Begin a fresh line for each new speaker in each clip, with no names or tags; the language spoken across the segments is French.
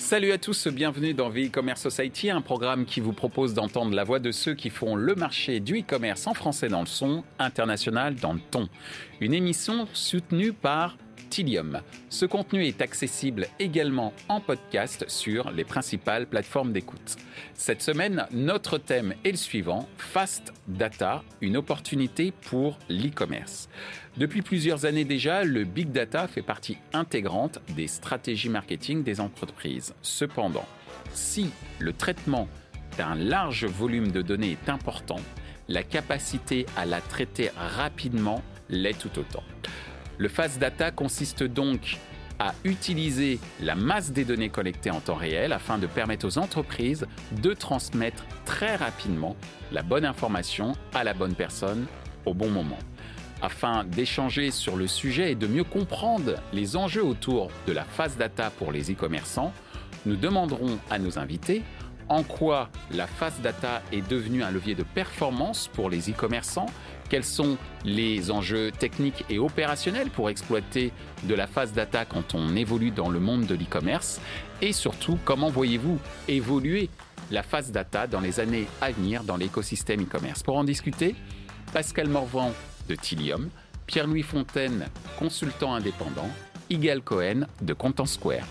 Salut à tous, bienvenue dans The E-Commerce Society, un programme qui vous propose d'entendre la voix de ceux qui font le marché du e-commerce en français dans le son, international dans le ton. Une émission soutenue par Tilium. Ce contenu est accessible également en podcast sur les principales plateformes d'écoute. Cette semaine, notre thème est le suivant, Fast Data, une opportunité pour l'e-commerce. Depuis plusieurs années déjà, le Big Data fait partie intégrante des stratégies marketing des entreprises. Cependant, si le traitement d'un large volume de données est important, la capacité à la traiter rapidement l'est tout autant. Le Fast Data consiste donc à utiliser la masse des données collectées en temps réel afin de permettre aux entreprises de transmettre très rapidement la bonne information à la bonne personne au bon moment. Afin d'échanger sur le sujet et de mieux comprendre les enjeux autour de la Fast Data pour les e-commerçants, nous demanderons à nos invités en quoi la Fast Data est devenue un levier de performance pour les e-commerçants, quels sont les enjeux techniques et opérationnels pour exploiter de la Fast Data quand on évolue dans le monde de l'e-commerce et surtout, comment voyez-vous évoluer la Fast Data dans les années à venir dans l'écosystème e-commerce. Pour en discuter, Pascal Morvan de Tilium, Pierre-Louis Fontaine, consultant indépendant, Igal Cohen de Content Square.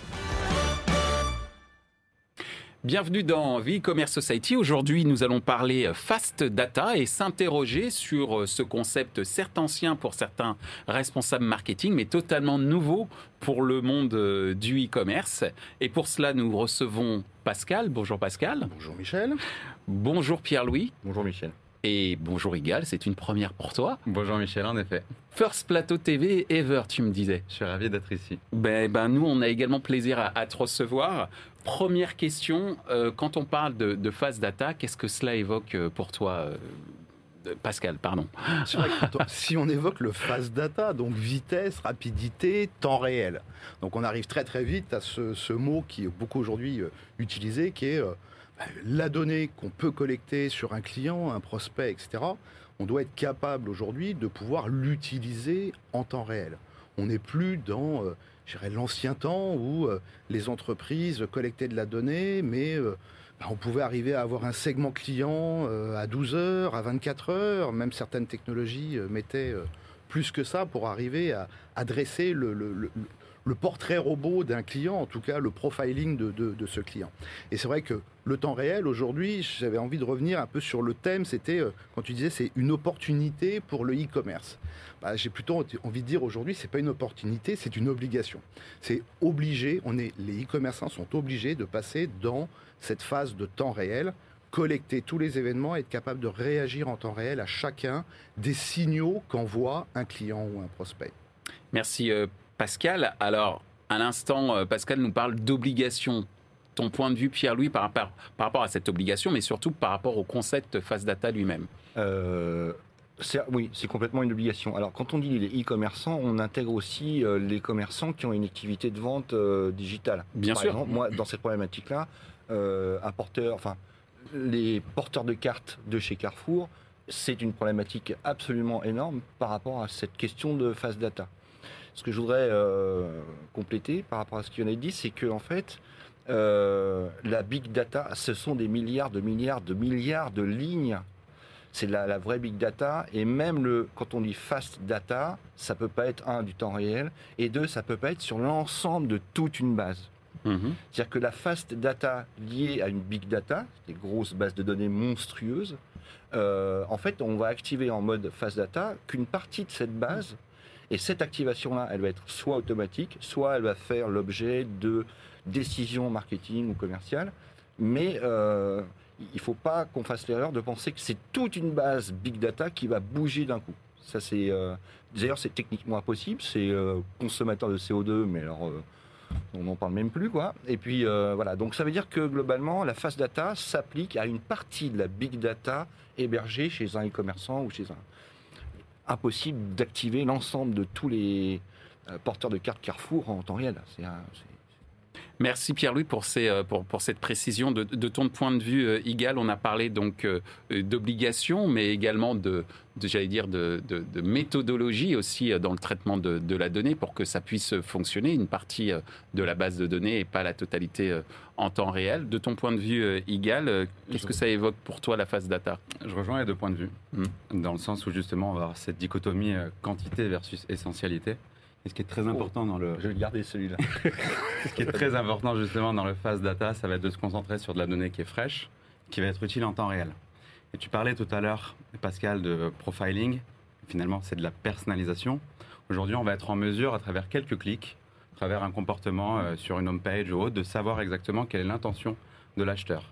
Bienvenue dans The E-Commerce Society. Aujourd'hui, nous allons parler Fast Data et s'interroger sur ce concept certes ancien pour certains responsables marketing, mais totalement nouveau pour le monde du e-commerce. Et pour cela, nous recevons Pascal. Bonjour Pascal.
Bonjour Michel.
Bonjour Pierre-Louis.
Bonjour Michel.
Et bonjour Igal, c'est une première pour toi.
Bonjour Michel, en effet.
First Plateau TV ever, tu me disais.
Je suis ravi d'être ici.
Ben, nous, on a également plaisir à te recevoir. Première question, quand on parle de Fast Data, qu'est-ce que cela évoque pour toi Pascal, pardon.
C'est vrai que si on évoque le Fast Data, donc vitesse, rapidité, temps réel. Donc on arrive très très vite à ce mot qui est beaucoup aujourd'hui utilisé, qui est la donnée qu'on peut collecter sur un client, un prospect, etc. On doit être capable aujourd'hui de pouvoir l'utiliser en temps réel. On n'est plus dans l'ancien temps où les entreprises collectaient de la donnée, mais on pouvait arriver à avoir un segment client à 12 heures, à 24 heures. Même certaines technologies mettaient plus que ça pour arriver à adresser le portrait robot d'un client, en tout cas le profiling de ce client. Et c'est vrai que le temps réel, aujourd'hui, j'avais envie de revenir un peu sur le thème, c'était, quand tu disais, c'est une opportunité pour le e-commerce. J'ai plutôt envie de dire aujourd'hui, c'est pas une opportunité, c'est une obligation. C'est obligé, les e-commerçants sont obligés de passer dans cette phase de temps réel, collecter tous les événements et être capable de réagir en temps réel à chacun des signaux qu'envoie un client ou un prospect.
Merci Pascal. Alors, à l'instant, Pascal nous parle d'obligation. Ton point de vue, Pierre-Louis, par rapport à cette obligation, mais surtout par rapport au concept Fast Data lui-même.
Oui, c'est complètement une obligation. Alors, quand on dit les e-commerçants, on intègre aussi les commerçants qui ont une activité de vente digitale.
Bien sûr.
Par exemple, moi, dans cette problématique-là, les porteurs de cartes de chez Carrefour, c'est une problématique absolument énorme par rapport à cette question de Fast Data. Ce que je voudrais compléter par rapport à ce qui vient d'être dit, c'est que en fait, la big data, ce sont des milliards de lignes. C'est la vraie big data. Et même quand on dit fast data, ça peut pas être du temps réel, et ça peut pas être sur l'ensemble de toute une base. C'est-à-dire que la fast data liée à une big data, des grosses bases de données monstrueuses, en fait, on va activer en mode fast data qu'une partie de cette base. Et cette activation-là, elle va être soit automatique, soit elle va faire l'objet de décisions marketing ou commerciales. Mais il ne faut pas qu'on fasse l'erreur de penser que c'est toute une base big data qui va bouger d'un coup. Ça, d'ailleurs, c'est techniquement impossible. C'est consommateur de CO2, mais alors on n'en parle même plus, quoi. Et puis voilà. Donc ça veut dire que globalement, la fast data s'applique à une partie de la big data hébergée chez un e-commerçant ou chez un. Impossible d'activer l'ensemble de tous les porteurs de cartes Carrefour en temps réel.
Merci Pierre-Louis pour cette précision. De ton point de vue, Igal, on a parlé donc d'obligations, mais également de méthodologie aussi dans le traitement de la donnée pour que ça puisse fonctionner, une partie de la base de données et pas la totalité en temps réel. De ton point de vue, Igal, qu'est-ce que ça évoque pour toi la phase data ?
Je rejoins les deux points de vue, dans le sens où justement on va avoir cette dichotomie quantité versus essentialité. Et ce qui est très important dans le...
Je vais garder celui-là.
Ce qui est très important justement dans le phase data, ça va être de se concentrer sur de la donnée qui est fraîche, qui va être utile en temps réel. Et tu parlais tout à l'heure, Pascal, de profiling. Finalement, c'est de la personnalisation. Aujourd'hui, on va être en mesure, à travers quelques clics, à travers un comportement sur une home page ou autre, de savoir exactement quelle est l'intention de l'acheteur.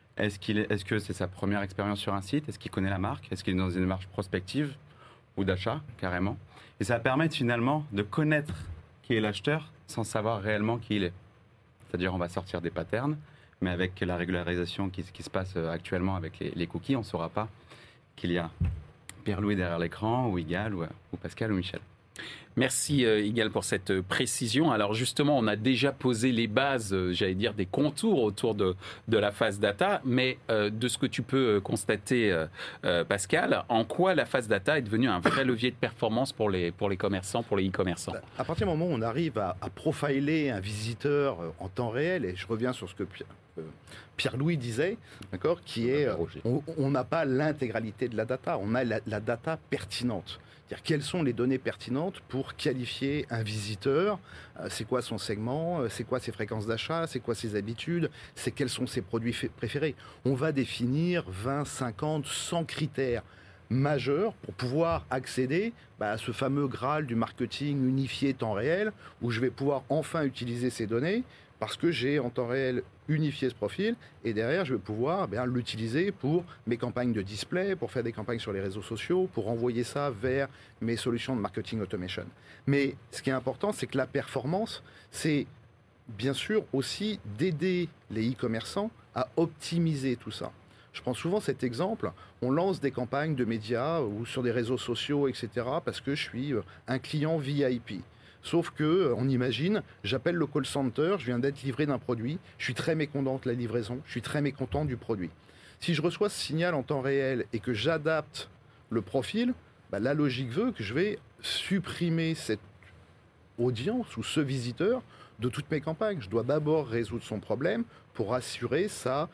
Est-ce que c'est sa première expérience sur un site ? Est-ce qu'il connaît la marque ? Est-ce qu'il est dans une démarche prospective ou d'achat, carrément ? Et ça va permettre finalement de connaître qui est l'acheteur sans savoir réellement qui il est. C'est-à-dire on va sortir des patterns, mais avec la régularisation qui se passe actuellement avec les cookies, on ne saura pas qu'il y a Pierre-Louis derrière l'écran, ou Igal, ou Pascal, ou Michel.
Merci Igal pour cette précision. Alors justement, on a déjà posé les bases, des contours autour de la phase data, mais de ce que tu peux constater, Pascal, en quoi la phase data est devenue un vrai levier de performance pour les commerçants, pour les e-commerçants ?
À partir du moment où on arrive à profiler un visiteur en temps réel, et je reviens sur ce que Pierre-Louis disait, d'accord, qui est, on n'a pas l'intégralité de la data, on a la data pertinente. C'est-à-dire quelles sont les données pertinentes pour qualifier un visiteur, c'est quoi son segment, c'est quoi ses fréquences d'achat, c'est quoi ses habitudes, quels sont ses produits préférés. On va définir 20, 50, 100 critères majeurs pour pouvoir accéder à ce fameux Graal du marketing unifié temps réel, où je vais pouvoir enfin utiliser ces données parce que j'ai en temps réel unifié ce profil, et derrière je vais pouvoir l'utiliser pour mes campagnes de display, pour faire des campagnes sur les réseaux sociaux, pour envoyer ça vers mes solutions de marketing automation. Mais ce qui est important, c'est que la performance, c'est bien sûr aussi d'aider les e-commerçants à optimiser tout ça. Je prends souvent cet exemple, on lance des campagnes de médias ou sur des réseaux sociaux, etc., parce que je suis un client VIP. Sauf que, on imagine, j'appelle le call center, je viens d'être livré d'un produit, je suis très mécontent de la livraison, je suis très mécontent du produit. Si je reçois ce signal en temps réel et que j'adapte le profil, la logique veut que je vais supprimer cette audience ou ce visiteur de toutes mes campagnes. Je dois d'abord résoudre son problème pour assurer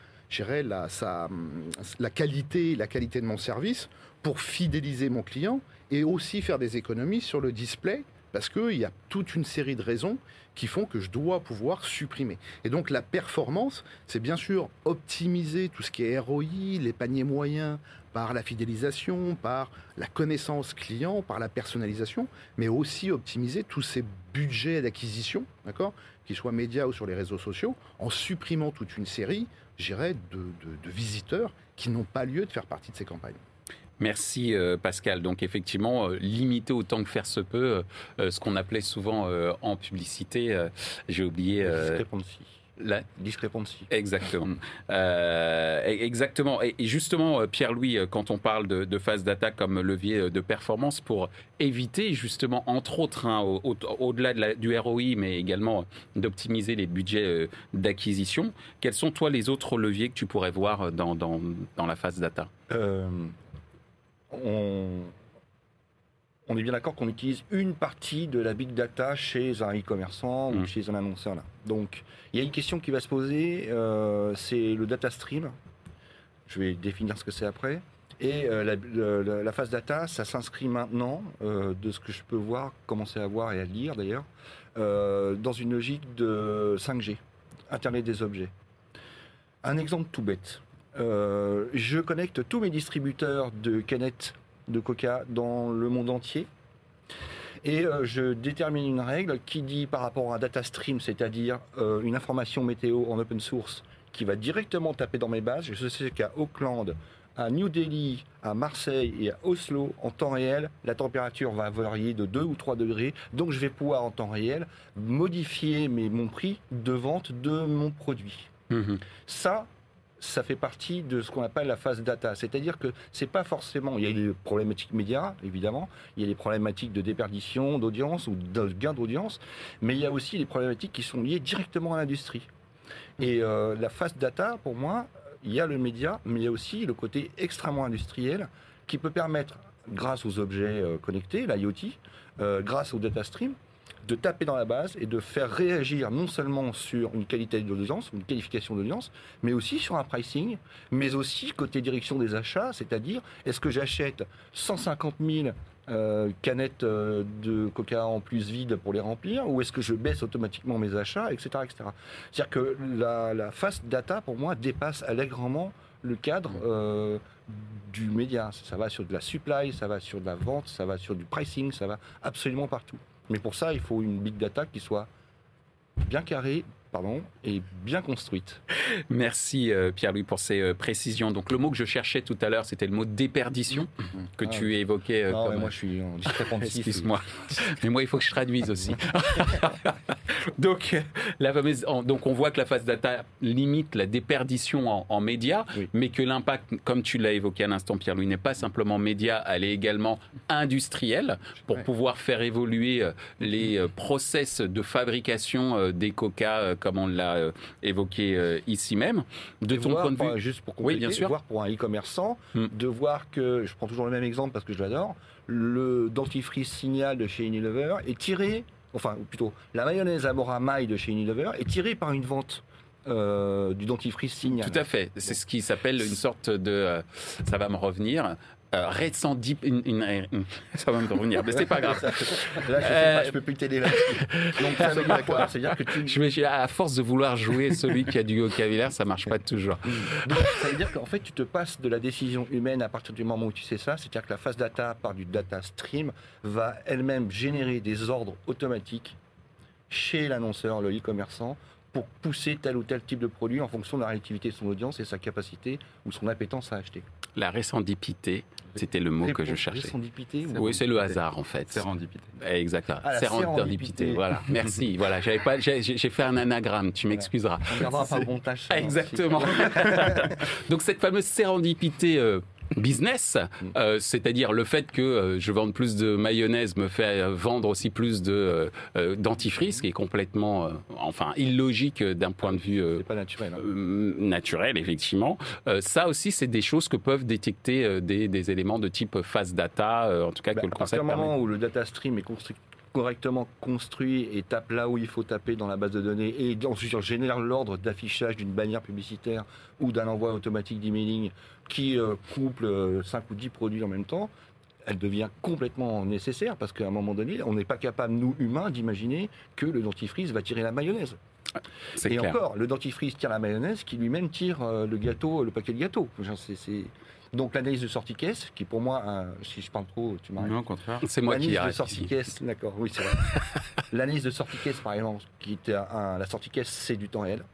la qualité de mon service, pour fidéliser mon client et aussi faire des économies sur le display, parce qu'il y a toute une série de raisons qui font que je dois pouvoir supprimer. Et donc la performance, c'est bien sûr optimiser tout ce qui est ROI, les paniers moyens, par la fidélisation, par la connaissance client, par la personnalisation, mais aussi optimiser tous ces budgets d'acquisition, d'accord, qu'ils soient médias ou sur les réseaux sociaux, en supprimant toute une série, de visiteurs qui n'ont pas lieu de faire partie de ces campagnes.
Merci Pascal. Donc effectivement, limiter autant que faire se peut ce qu'on appelait souvent en publicité, j'ai oublié...
Discrepancy.
Exactement. Exactement. Et justement, Pierre-Louis, quand on parle de phase data comme levier de performance, pour éviter justement, entre autres, au-delà du ROI, mais également d'optimiser les budgets d'acquisition, quels sont, toi, les autres leviers que tu pourrais voir dans la phase data ?
On est bien d'accord qu'on utilise une partie de la big data chez un e-commerçant ou chez un annonceur là. Donc, il y a une question qui va se poser, c'est le data stream. Je vais définir ce que c'est après. Et la phase data, ça s'inscrit maintenant, de ce que je peux voir, commencer à voir et à lire d'ailleurs, dans une logique de 5G, Internet des objets. Un exemple tout bête. Je connecte tous mes distributeurs de canettes de Coca dans le monde entier et je détermine une règle qui dit par rapport à un data stream, c'est-à-dire une information météo en open source qui va directement taper dans mes bases. Je sais qu'à Auckland, à New Delhi, à Marseille et à Oslo, en temps réel, la température va varier de 2 ou 3 degrés. Donc je vais pouvoir en temps réel modifier mon prix de vente de mon produit. Ça, ça fait partie de ce qu'on appelle la phase data. C'est-à-dire que c'est pas forcément... Il y a les problématiques médias, évidemment. Il y a les problématiques de déperdition d'audience ou de gain d'audience. Mais il y a aussi les problématiques qui sont liées directement à l'industrie. Et la phase data, pour moi, il y a le média, mais il y a aussi le côté extrêmement industriel qui peut permettre, grâce aux objets connectés, l'IoT, grâce au data stream, de taper dans la base et de faire réagir non seulement sur une qualité d'audience, une qualification d'audience, mais aussi sur un pricing, mais aussi côté direction des achats, c'est-à-dire est-ce que j'achète 150 000 canettes de coca en plus vides pour les remplir, ou est-ce que je baisse automatiquement mes achats, etc. etc. C'est-à-dire que la phase data, pour moi, dépasse allègrement le cadre du média. Ça va sur de la supply, ça va sur de la vente, ça va sur du pricing, ça va absolument partout. Mais pour ça, il faut une big data qui soit bien carrée, et bien construite.
Merci Pierre-Louis pour ces précisions. Donc le mot que je cherchais tout à l'heure, c'était le mot déperdition que tu évoquais.
Non, moi je suis en discrépantie.
Excuse-moi. Mais moi, il faut que je traduise aussi. Donc, donc on voit que la phase data limite la déperdition en médias,
Oui.
mais que l'impact, comme tu l'as évoqué à l'instant Pierre-Louis, n'est pas simplement média, elle est également industrielle pour
Ouais.
pouvoir faire évoluer les process de fabrication des coca, comme on l'a évoqué ici même. De ton point de vue,
juste pour
Oui,
compléter,
bien sûr.
voir pour un e-commerçant, de voir que, je prends toujours le même exemple parce que je l'adore, le dentifrice Signal de chez Unilever est tiré, enfin plutôt la mayonnaise Amora Maille de chez Unilever est tirée par une vente du dentifrice Signal.
Tout à fait. C'est ce qui s'appelle une sorte de... ça va me revenir. Ça va me revenir, mais c'est pas grave.
Là, je peux plus t'aider là-dessus. Donc, ça veut dire quoi? C'est-à-dire que
À force de vouloir jouer celui qui a du vocabulaire, ça marche pas toujours.
Donc, ça veut dire qu'en fait, tu te passes de la décision humaine à partir du moment où tu sais ça. C'est-à-dire que la phase data, par du data stream, va elle-même générer des ordres automatiques chez l'annonceur, le e-commerçant, pour pousser tel ou tel type de produit en fonction de la réactivité de son audience et sa capacité ou son appétence à acheter.
La récendipité, c'était le mot que je cherchais.
Récendipité ou...
Oui, c'est le hasard en fait.
Sérendipité.
Exactement.
Ah, la sérendipité.
Voilà. Merci. Voilà. J'ai fait un anagramme. Tu m'excuseras.
On gardera pas le montage. ça,
Exactement. Donc cette fameuse sérendipité business, c'est-à-dire le fait que je vende plus de mayonnaise me fait vendre aussi plus de dentifrice, qui est complètement, illogique d'un point de vue
c'est pas naturel.
naturel, effectivement. Ça aussi, c'est des choses que peuvent détecter des éléments de type phase data, en tout cas que le
À partir
concept
du moment
permet.
où le data stream est correctement construit et tape là où il faut taper dans la base de données et ensuite génère l'ordre d'affichage d'une bannière publicitaire ou d'un envoi automatique d'emailing qui couple 5 ou 10 produits en même temps, elle devient complètement nécessaire parce qu'à un moment donné, on n'est pas capable, nous humains, d'imaginer que le dentifrice va tirer la mayonnaise.
C'est
Et
clair.
encore, le dentifrice tire la mayonnaise qui lui-même tire le paquet de gâteau. Donc l'analyse de sortie caisse, qui pour moi, si je parle trop, tu m'arrêtes.
Non, au contraire.
C'est moi qui
L'analyse de
arrête
sortie
ici.
caisse, d'accord, oui c'est vrai. L'analyse de sortie caisse par exemple, qui était la sortie caisse c'est du temps réel,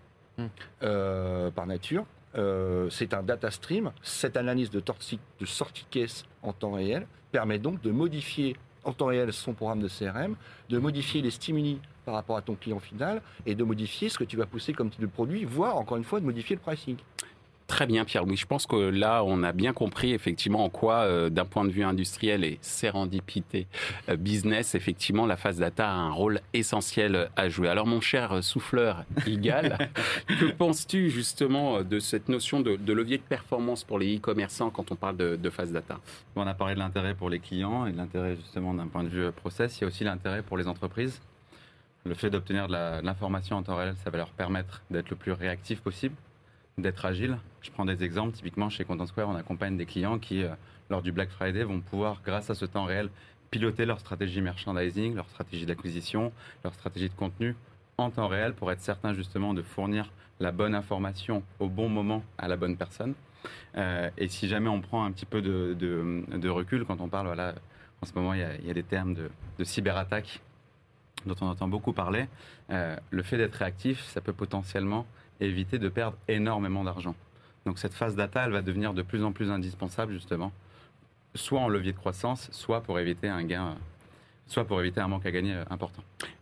par nature. C'est un data stream. Cette analyse de sortie caisse en temps réel permet donc de modifier en temps réel son programme de CRM, de modifier les stimuli par rapport à ton client final et de modifier ce que tu vas pousser comme type de produit, voire encore une fois de modifier le pricing.
Très bien, Pierre-Louis. Je pense que là, on a bien compris effectivement en quoi, d'un point de vue industriel et sérendipité business, effectivement, la phase data a un rôle essentiel à jouer. Alors, mon cher souffleur Igal, que penses-tu justement de cette notion de levier de performance pour les e-commerçants quand on parle de phase data?
On a parlé de l'intérêt pour les clients et de l'intérêt justement d'un point de vue process. Il y a aussi l'intérêt pour les entreprises. Le fait d'obtenir de l'information en temps réel, ça va leur permettre d'être le plus réactif possible, d'être agile. Je prends des exemples. Typiquement, chez Content Square, on accompagne des clients qui, lors du Black Friday, vont pouvoir, grâce à ce temps réel, piloter leur stratégie merchandising, leur stratégie d'acquisition, leur stratégie de contenu en temps réel pour être certain justement de fournir la bonne information au bon moment à la bonne personne. Et si jamais on prend un petit peu de recul, quand on parle, voilà, en ce moment, il y a des termes de cyberattaque dont on entend beaucoup parler. Le fait d'être réactif, ça peut potentiellement éviter de perdre énormément d'argent. Donc cette phase data, elle va devenir de plus en plus indispensable justement, soit en levier de croissance, soit pour éviter un gain, soit pour éviter un manque à gagner important.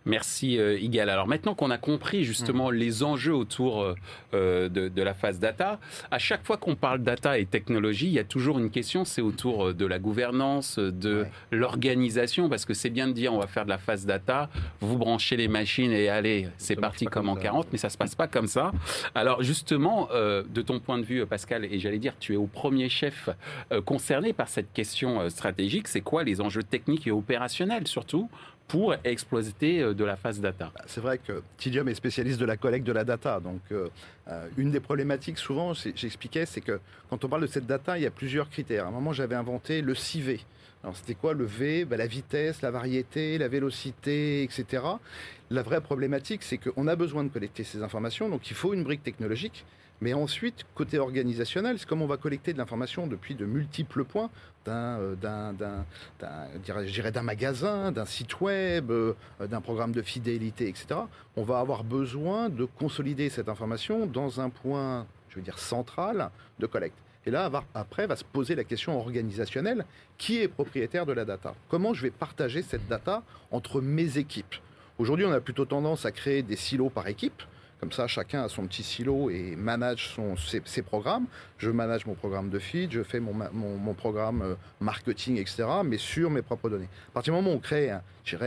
Merci Igal. Alors maintenant qu'on a compris justement les enjeux autour de la phase data, à chaque fois qu'on parle data et technologie, il y a toujours une question, c'est autour de la gouvernance, de l'organisation, parce que c'est bien de dire on va faire de la phase data, vous branchez les machines et allez, c'est parti comme en 40, mais ça se passe pas comme ça. Alors justement, de ton point de vue Pascal, et j'allais dire tu es au premier chef concerné par cette question stratégique, c'est quoi les enjeux techniques et opérationnels surtout pour exploiter de la phase data?
C'est vrai que Tidium est spécialiste de la collecte de la data. Donc, une des problématiques, souvent, j'expliquais, c'est que quand on parle de cette data, il y a plusieurs critères. À un moment, j'avais inventé le 6V. Alors, c'était quoi le V? La vitesse, la variété, la vélocité, etc. La vraie problématique, c'est qu'on a besoin de collecter ces informations. Donc, il faut une brique technologique. Mais ensuite, côté organisationnel, c'est comme on va collecter de l'information depuis de multiples points, d'un magasin, d'un site web, d'un programme de fidélité, etc. On va avoir besoin de consolider cette information dans un point, je veux dire, central de collecte. Et là, après, va se poser la question organisationnelle. Qui est propriétaire de la data? Comment je vais partager cette data entre mes équipes? Aujourd'hui, on a plutôt tendance à créer des silos par équipe. Comme ça, chacun a son petit silo et manage ses programmes. Je manage mon programme de feed, je fais mon programme marketing, etc., mais sur mes propres données. À partir du moment où on crée un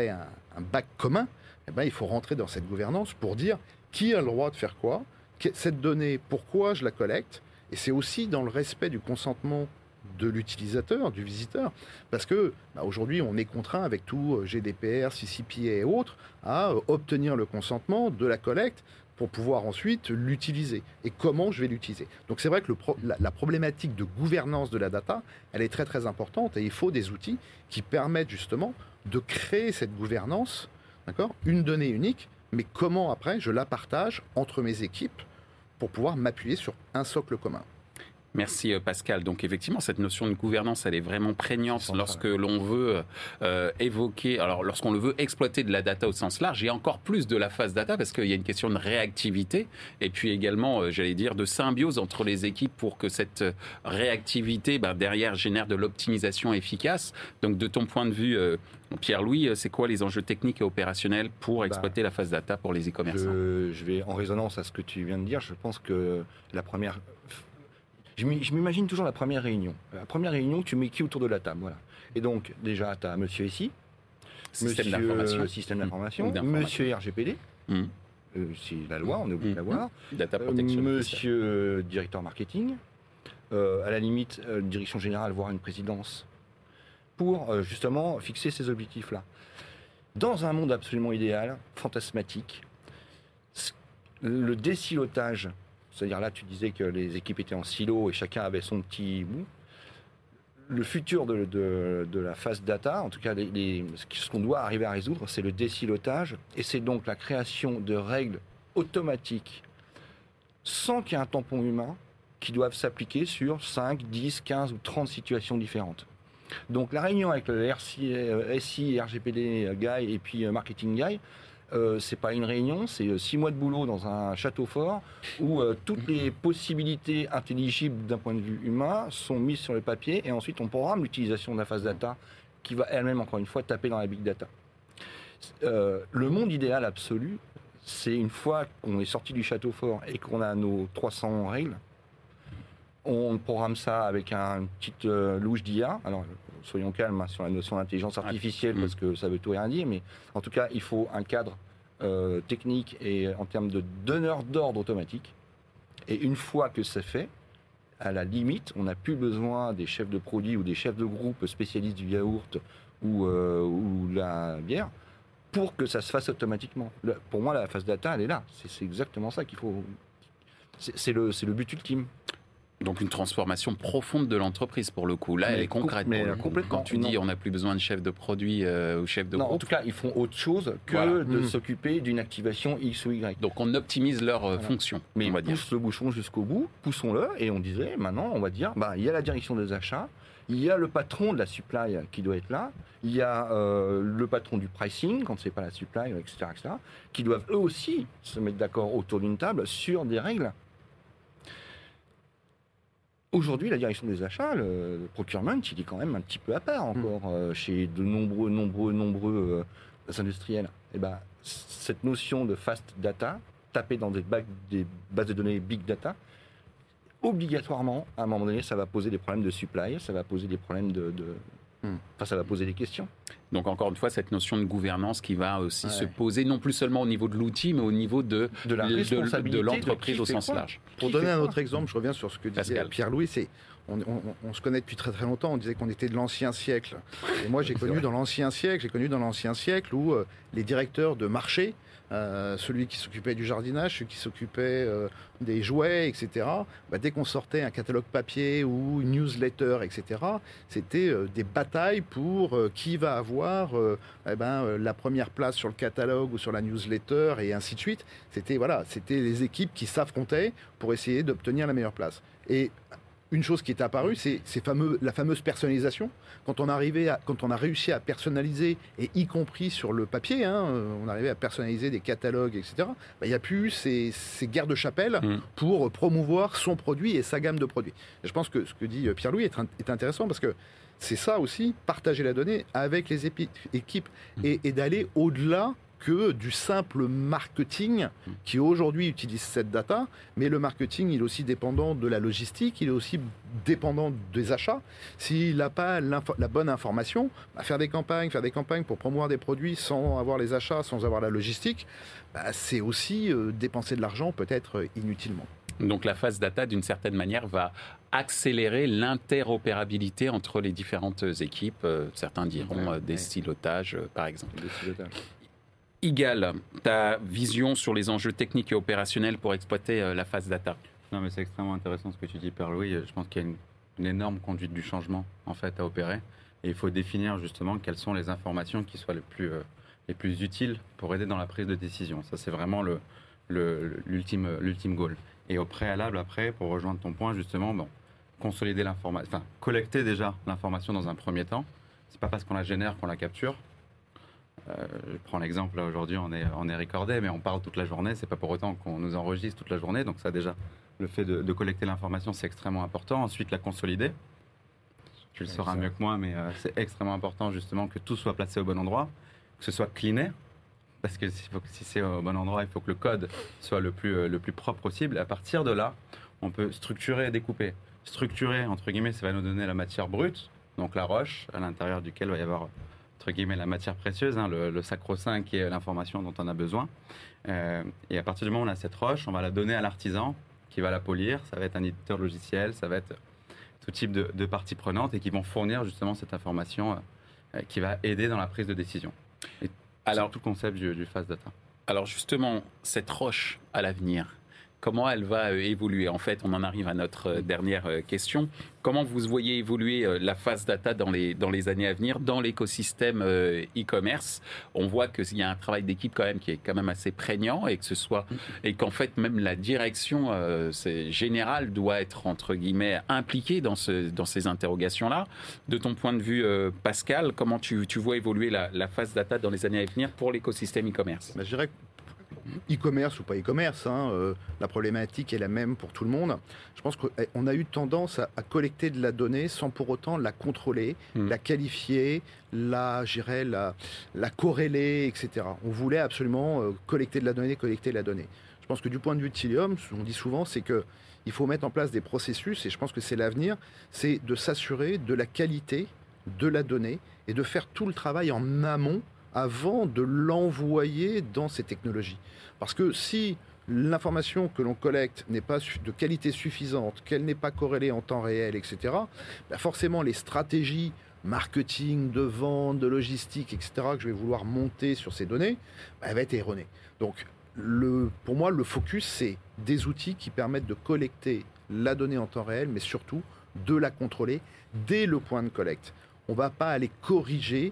bac commun, eh ben, il faut rentrer dans cette gouvernance pour dire qui a le droit de faire quoi, cette donnée, pourquoi je la collecte. Et c'est aussi dans le respect du consentement de l'utilisateur, du visiteur, parce que aujourd'hui on est contraint avec tout GDPR, CCPA et autres à obtenir le consentement de la collecte pour pouvoir ensuite l'utiliser. Et comment je vais l'utiliser? Donc c'est vrai que la problématique de gouvernance de la data, elle est très très importante et il faut des outils qui permettent justement de créer cette gouvernance, d'accord? Une donnée unique, mais comment après je la partage entre mes équipes pour pouvoir m'appuyer sur un socle commun.
Merci Pascal. Donc effectivement, cette notion de gouvernance, elle est vraiment prégnante lorsque l'on veut évoquer, alors lorsqu'on le veut exploiter de la data au sens large, et encore plus de la phase data, parce qu'il y a une question de réactivité, et puis également, j'allais dire, de symbiose entre les équipes pour que cette réactivité, derrière, génère de l'optimisation efficace. Donc de ton point de vue, Pierre-Louis, c'est quoi les enjeux techniques et opérationnels pour exploiter la phase data pour les e-commerçants?
Je vais en résonance à ce que tu viens de dire. Je pense que la première... Je m'imagine toujours la première réunion. La première réunion, tu mets qui autour de la table, voilà. Et donc, déjà, tu as Monsieur SI,
Système
d'information, Monsieur RGPD, c'est la loi, on est obligé de l'avoir,
Data Protection
Monsieur Directeur Marketing, à la limite, Direction Générale, voire une présidence, pour justement fixer ces objectifs-là. Dans un monde absolument idéal, fantasmatique, le désilotage, c'est-à-dire là, tu disais que les équipes étaient en silo et chacun avait son petit bout. Le futur de la phase data, en tout cas ce qu'on doit arriver à résoudre, c'est le désilotage et c'est donc la création de règles automatiques sans qu'il y ait un tampon humain qui doivent s'appliquer sur 5, 10, 15 ou 30 situations différentes. Donc la réunion avec le SI, RGPD Guy et puis Marketing Guy, c'est pas une réunion, c'est 6 mois de boulot dans un château fort où toutes les possibilités intelligibles d'un point de vue humain sont mises sur le papier et ensuite on programme l'utilisation de la phase data qui va elle-même, encore une fois, taper dans la big data. Le monde idéal absolu, c'est une fois qu'on est sorti du château fort et qu'on a nos 300 règles, on programme ça avec une petite louche d'IA. Alors, soyons calmes sur la notion d'intelligence artificielle parce que ça veut tout et rien dire, mais en tout cas, il faut un cadre technique et en termes de donneur d'ordre automatique. Et une fois que c'est fait, à la limite, on n'a plus besoin des chefs de produits ou des chefs de groupe spécialistes du yaourt ou la bière pour que ça se fasse automatiquement. Pour moi, la phase data, elle est là. C'est exactement ça qu'il faut... C'est le but ultime.
Donc une transformation profonde de l'entreprise pour le coup. Là, elle est concrète.
Mais complètement.
Quand tu dis on n'a plus besoin de chef de produit ou chef de groupe.
En tout cas, ils font autre chose que de s'occuper d'une activation X ou Y.
Donc on optimise leur fonction.
Mais
on va dire.
Pousse le bouchon jusqu'au bout, poussons-le, et on disait, maintenant, on va dire, il y a la direction des achats, il y a le patron de la supply qui doit être là, il y a le patron du pricing, quand c'est pas la supply, etc., qui doivent eux aussi se mettre d'accord autour d'une table sur des règles. Aujourd'hui, la direction des achats, le procurement, il est quand même un petit peu à part encore chez de nombreux industriels, cette notion de fast data, tapée dans des bases de données big data, obligatoirement, à un moment donné, ça va poser des problèmes de supply, ça va poser des problèmes ça va poser des questions.
Donc encore une fois, cette notion de gouvernance qui va aussi se poser, non plus seulement au niveau de l'outil, mais au niveau de l'entreprise au sens large.
Pour donner un autre exemple, je reviens sur ce que disait Pierre-Louis, on se connaît depuis très très longtemps, on disait qu'on était de l'ancien siècle. Et moi j'ai connu dans l'ancien siècle où les directeurs de marché, celui qui s'occupait du jardinage, celui qui s'occupait des jouets, etc. Dès qu'on sortait un catalogue papier ou une newsletter, etc., c'était des batailles pour qui va avoir la première place sur le catalogue ou sur la newsletter et ainsi de suite. C'était les équipes qui s'affrontaient pour essayer d'obtenir la meilleure place. Et une chose qui est apparue, c'est la fameuse personnalisation. Quand on a réussi à personnaliser, et y compris sur le papier, on arrivait à personnaliser des catalogues, etc., il n'y a plus ces guerres de chapelle pour promouvoir son produit et sa gamme de produits. Et je pense que ce que dit Pierre-Louis est intéressant parce que c'est ça aussi, partager la donnée avec les équipes et d'aller au-delà que du simple marketing qui aujourd'hui utilise cette data, mais le marketing il est aussi dépendant de la logistique, il est aussi dépendant des achats. S'il n'a pas la bonne information, faire des campagnes pour promouvoir des produits sans avoir les achats, sans avoir la logistique, c'est aussi dépenser de l'argent peut-être inutilement.
Donc la phase data, d'une certaine manière, va accélérer l'interopérabilité entre les différentes équipes. Certains diront des silotages, par exemple. Igal, ta vision sur les enjeux techniques et opérationnels pour exploiter la phase data.
Non, mais c'est extrêmement intéressant ce que tu dis, Pierre-Louis. Je pense qu'il y a une énorme conduite du changement en fait à opérer, et il faut définir justement quelles sont les informations qui soient les plus utiles pour aider dans la prise de décision. Ça, c'est vraiment l'ultime goal. Et au préalable, après, pour rejoindre ton point, justement, consolider l'information, collecter déjà l'information dans un premier temps. C'est pas parce qu'on la génère qu'on la capture. Je prends l'exemple, là, aujourd'hui, on est recordé, mais on parle toute la journée. C'est pas pour autant qu'on nous enregistre toute la journée. Donc ça, déjà, le fait de collecter l'information, c'est extrêmement important. Ensuite, la consolider. Tu le sauras mieux que moi, mais c'est extrêmement important, justement, que tout soit placé au bon endroit, que ce soit cleané. Parce que si c'est au bon endroit, il faut que le code soit le plus propre possible. Et à partir de là, on peut structurer et découper. Structurer, entre guillemets, ça va nous donner la matière brute, donc la roche, à l'intérieur duquel va y avoir, entre guillemets, la matière précieuse, le sacro-saint qui est l'information dont on a besoin. Et à partir du moment où on a cette roche, on va la donner à l'artisan qui va la polir. Ça va être un éditeur logiciel, ça va être tout type de parties prenantes et qui vont fournir justement cette information qui va aider dans la prise de décision. Et alors, tout le concept du fast data.
Alors justement, cette roche à l'avenir, comment elle va évoluer ? En fait, on en arrive à notre dernière question. Comment vous voyez évoluer la phase data dans les années à venir dans l'écosystème e-commerce ? On voit qu'il y a un travail d'équipe quand même qui est quand même assez prégnant et qu'en fait même la direction générale doit être entre guillemets impliquée dans ces interrogations-là. De ton point de vue, Pascal, comment tu vois évoluer la phase data dans les années à venir pour l'écosystème e-commerce ?
Je dirais e-commerce ou pas e-commerce, la problématique est la même pour tout le monde. Je pense qu'on a eu tendance à collecter de la donnée sans pour autant la contrôler, la qualifier, la corréler, etc. On voulait absolument collecter de la donnée. Je pense que du point de vue de Tilium, ce qu'on dit souvent, c'est qu'il faut mettre en place des processus, et je pense que c'est l'avenir, c'est de s'assurer de la qualité de la donnée et de faire tout le travail en amont avant de l'envoyer dans ces technologies. Parce que si l'information que l'on collecte n'est pas de qualité suffisante, qu'elle n'est pas corrélée en temps réel, etc., forcément les stratégies marketing, de vente, de logistique, etc., que je vais vouloir monter sur ces données, elle va être erronée. Donc, pour moi, le focus, c'est des outils qui permettent de collecter la donnée en temps réel, mais surtout de la contrôler dès le point de collecte. On ne va pas aller corriger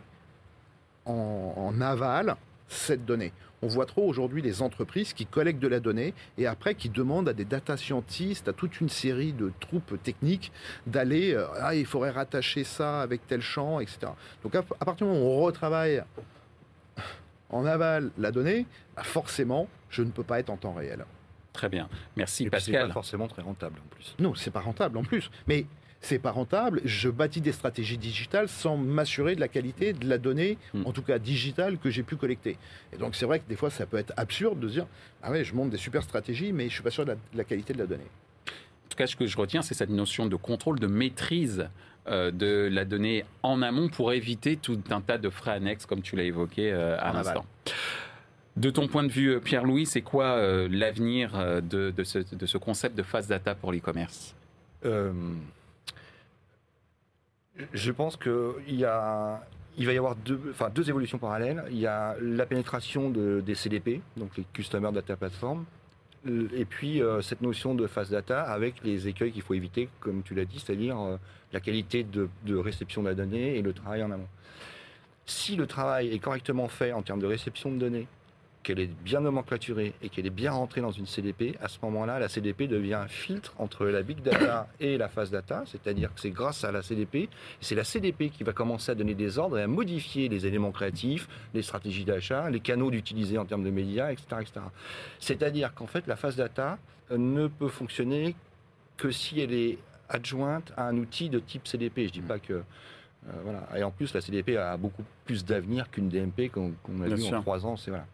en aval cette donnée. On voit trop aujourd'hui les entreprises qui collectent de la donnée et après qui demandent à des data scientists, à toute une série de troupes techniques d'aller, il faudrait rattacher ça avec tel champ, etc. Donc à partir du moment où on retravaille en aval la donnée, forcément, je ne peux pas être en temps réel.
Très bien. Merci
et
Pascal.
C'est pas forcément très rentable en plus.
Non, c'est pas rentable en plus. Mais c'est pas rentable, je bâtis des stratégies digitales sans m'assurer de la qualité de la donnée, en tout cas digitale, que j'ai pu collecter. Et donc c'est vrai que des fois ça peut être absurde de se dire ah ouais, je monte des super stratégies, mais je suis pas sûr de la qualité de la donnée.
En tout cas, ce que je retiens, c'est cette notion de contrôle, de maîtrise de la donnée en amont pour éviter tout un tas de frais annexes, comme tu l'as évoqué à l'instant. De ton point de vue, Pierre-Louis, c'est quoi l'avenir de ce concept de fast data pour l'e-commerce ?
Je pense qu'il va y avoir deux évolutions parallèles. Il y a la pénétration des CDP, donc les Customer Data Platform, et puis cette notion de fast data avec les écueils qu'il faut éviter, comme tu l'as dit, c'est-à-dire la qualité de réception de la donnée et le travail en amont. Si le travail est correctement fait en termes de réception de données, qu'elle est bien nomenclaturée et qu'elle est bien rentrée dans une CDP, à ce moment-là, la CDP devient un filtre entre la big data et la fast data, c'est-à-dire que c'est grâce à la CDP, c'est la CDP qui va commencer à donner des ordres et à modifier les éléments créatifs, les stratégies d'achat, les canaux d'utiliser en termes de médias, etc., etc. C'est-à-dire qu'en fait, la fast data ne peut fonctionner que si elle est adjointe à un outil de type CDP. Je dis pas que... voilà. Et en plus, la CDP a beaucoup plus d'avenir qu'une DMP qu'on a vu en 3 ans. C'est voilà.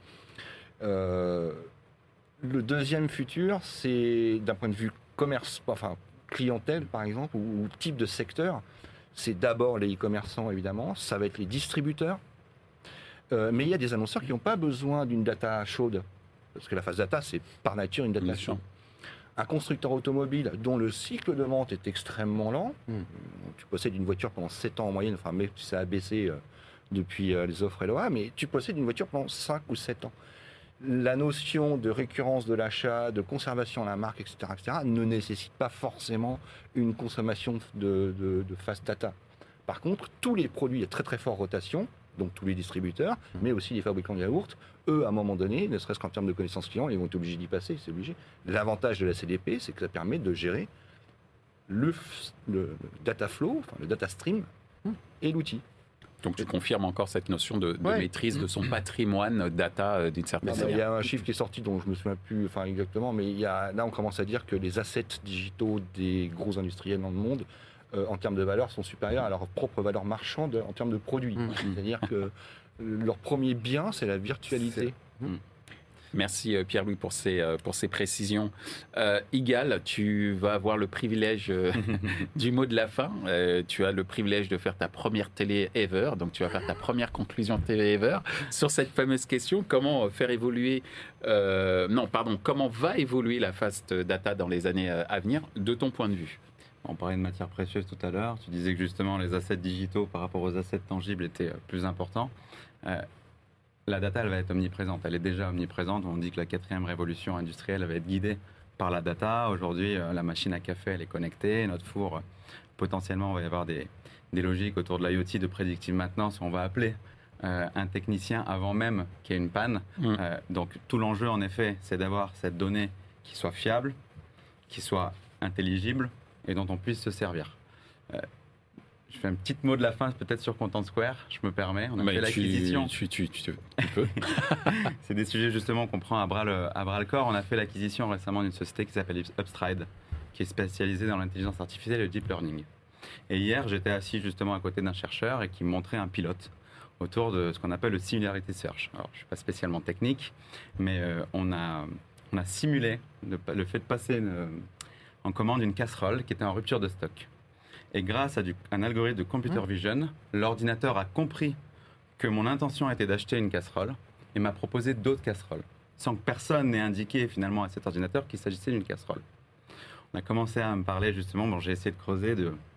Le deuxième futur, c'est d'un point de vue commerce, enfin clientèle par exemple, ou type de secteur, c'est d'abord les e-commerçants évidemment, ça va être les distributeurs, mais il y a des annonceurs qui n'ont pas besoin d'une data chaude, parce que la fast data c'est par nature une data chaude. Un constructeur automobile dont le cycle de vente est extrêmement lent, tu possèdes une voiture pendant 7 ans en moyenne, enfin mais ça a baissé depuis les offres LOA, mais tu possèdes une voiture pendant 5 ou 7 ans. La notion de récurrence de l'achat, de conservation de la marque, etc., ne nécessite pas forcément une consommation de fast data. Par contre, tous les produits à très très forte rotation, donc tous les distributeurs, mais aussi les fabricants de yaourts, eux, à un moment donné, ne serait-ce qu'en termes de connaissance client, ils vont être obligés d'y passer, c'est obligé. L'avantage de la CDP, c'est que ça permet de gérer le data flow, enfin, le data stream et l'outil.
Donc tu confirmes encore cette notion de maîtrise de son patrimoine data d'une certaine manière.
Il y a un chiffre qui est sorti dont je ne me souviens plus exactement, mais là on commence à dire que les assets digitaux des gros industriels dans le monde, en termes de valeur, sont supérieurs à leur propre valeur marchande en termes de produits. C'est-à-dire que leur premier bien, c'est la virtualité.
Merci Pierre-Louis pour ces précisions. Igal, tu vas avoir le privilège du mot de la fin. Tu as le privilège de faire ta première télé ever, donc tu vas faire ta première conclusion télé ever sur cette fameuse question, comment comment va évoluer la fast data dans les années à venir, de ton point de vue?
On parlait de matières précieuses tout à l'heure. Tu disais que justement les assets digitaux par rapport aux assets tangibles étaient plus importants. La data, elle va être omniprésente. Elle est déjà omniprésente. On dit que la 4e révolution industrielle va être guidée par la data. Aujourd'hui, la machine à café, elle est connectée. Notre four, potentiellement, il va y avoir des logiques autour de l'IoT, de prédictive maintenance. On va appeler un technicien avant même qu'il y ait une panne. Donc, tout l'enjeu, en effet, c'est d'avoir cette donnée qui soit fiable, qui soit intelligible et dont on puisse se servir. Je fais un petit mot de la fin, peut-être sur Content Square, je me permets. On a fait l'acquisition.
Tu peux.
C'est des sujets justement qu'on prend à bras le corps. On a fait l'acquisition récemment d'une société qui s'appelle Upstride, qui est spécialisée dans l'intelligence artificielle et le deep learning. Et hier, j'étais assis justement à côté d'un chercheur et qui me montrait un pilote autour de ce qu'on appelle le Similarity Search. Alors, je ne suis pas spécialement technique, mais on a simulé le fait de passer en commande une casserole qui était en rupture de stock. Et grâce à un algorithme de computer vision, l'ordinateur a compris que mon intention était d'acheter une casserole et m'a proposé d'autres casseroles, sans que personne n'ait indiqué finalement à cet ordinateur qu'il s'agissait d'une casserole. On a commencé à me parler justement, j'ai essayé de creuser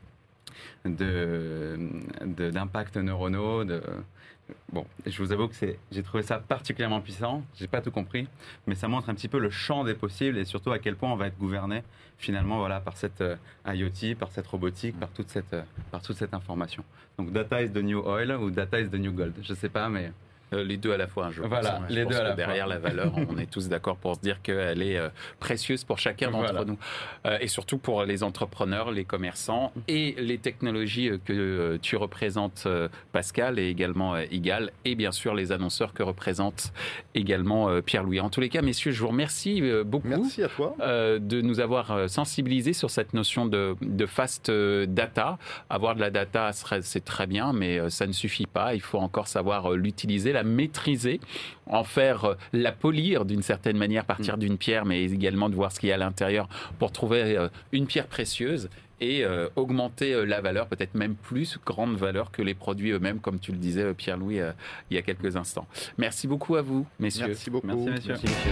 d'impacts neuronaux, je vous avoue que j'ai trouvé ça particulièrement puissant, j'ai pas tout compris, mais ça montre un petit peu le champ des possibles et surtout à quel point on va être gouverné finalement par cette IoT, par cette robotique, par toute cette information. Donc data is the new oil ou data is the new gold, je sais pas, mais
Les deux à la fois, je pense.
Voilà,
Je
les
pense
deux à
que
la
derrière
fois.
la valeur, on est tous d'accord pour se dire qu'elle est précieuse pour chacun d'entre
Voilà.
nous. Et surtout pour les entrepreneurs, les commerçants et les technologies que tu représentes, Pascal, et également Igal, et bien sûr les annonceurs que représente également Pierre-Louis. En tous les cas, messieurs, je vous remercie beaucoup.
Merci à toi.
De nous avoir sensibilisés sur cette notion de fast data. Avoir de la data, c'est très bien, mais ça ne suffit pas. Il faut encore savoir l'utiliser, la maîtriser, en faire la polir d'une certaine manière, partir d'une pierre, mais également de voir ce qu'il y a à l'intérieur pour trouver une pierre précieuse et augmenter la valeur, peut-être même plus grande valeur que les produits eux-mêmes, comme tu le disais, Pierre-Louis, il y a quelques instants. Merci beaucoup à vous, messieurs.
Merci beaucoup.
Merci, messieurs.
Merci, messieurs.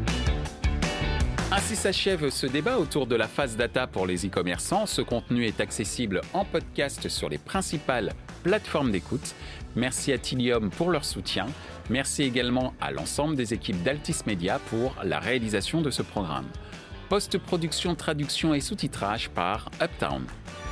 Ainsi s'achève ce débat autour de la phase data pour les e-commerçants. Ce contenu est accessible en podcast sur les principales plateformes d'écoute. Merci à Tilium pour leur soutien. Merci également à l'ensemble des équipes d'Altis Media pour la réalisation de ce programme. Post-production, traduction et sous-titrage par Uptown.